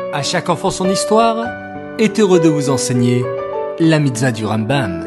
À chaque enfant son histoire est heureux de vous enseigner la mitzvah du Rambam.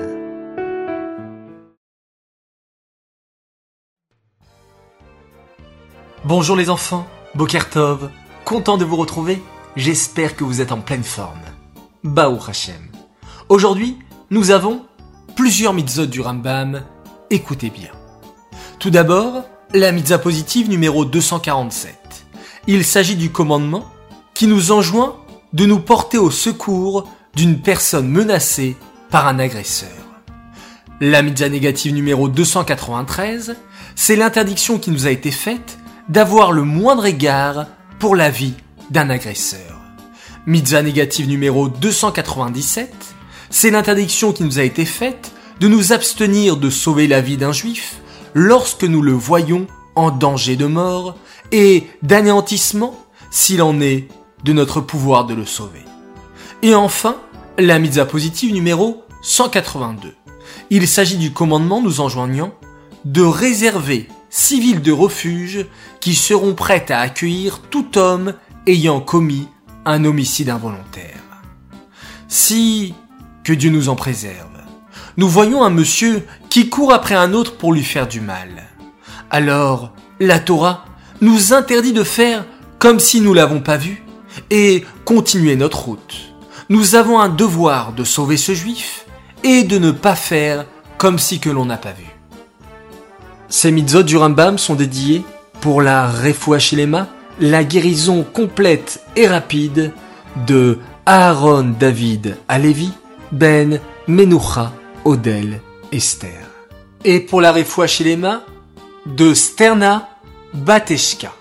Bonjour les enfants, Boker Tov, content de vous retrouver, j'espère que vous êtes en pleine forme. Baruch Hashem. Aujourd'hui, nous avons plusieurs mitzvot du Rambam, écoutez bien. Tout d'abord, la mitzvah positive numéro 247. Il s'agit du commandement qui nous enjoint de nous porter au secours d'une personne menacée par un agresseur. La mitzvah négative numéro 293, c'est l'interdiction qui nous a été faite d'avoir le moindre égard pour la vie d'un agresseur. Mitzvah négative numéro 297, c'est l'interdiction qui nous a été faite de nous abstenir de sauver la vie d'un juif lorsque nous le voyons en danger de mort et d'anéantissement s'il en est de notre pouvoir de le sauver. Et enfin, la mitzvah positive numéro 182. Il s'agit du commandement nous enjoignant de réserver 6 villes de refuge qui seront prêtes à accueillir tout homme ayant commis un homicide involontaire. Si, que Dieu nous en préserve, nous voyons un monsieur qui court après un autre pour lui faire du mal, alors la Torah nous interdit de faire comme si nous l'avons pas vu et continuer notre route. Nous avons un devoir de sauver ce juif et de ne pas faire comme si que l'on n'a pas vu. Ces mitzvot du Rambam sont dédiés pour la Refoua Shelema, la guérison complète et rapide de Aaron David Alevi, Ben Menucha Odel Esther. Et pour la Refoua Shelema de Sterna Bateshka.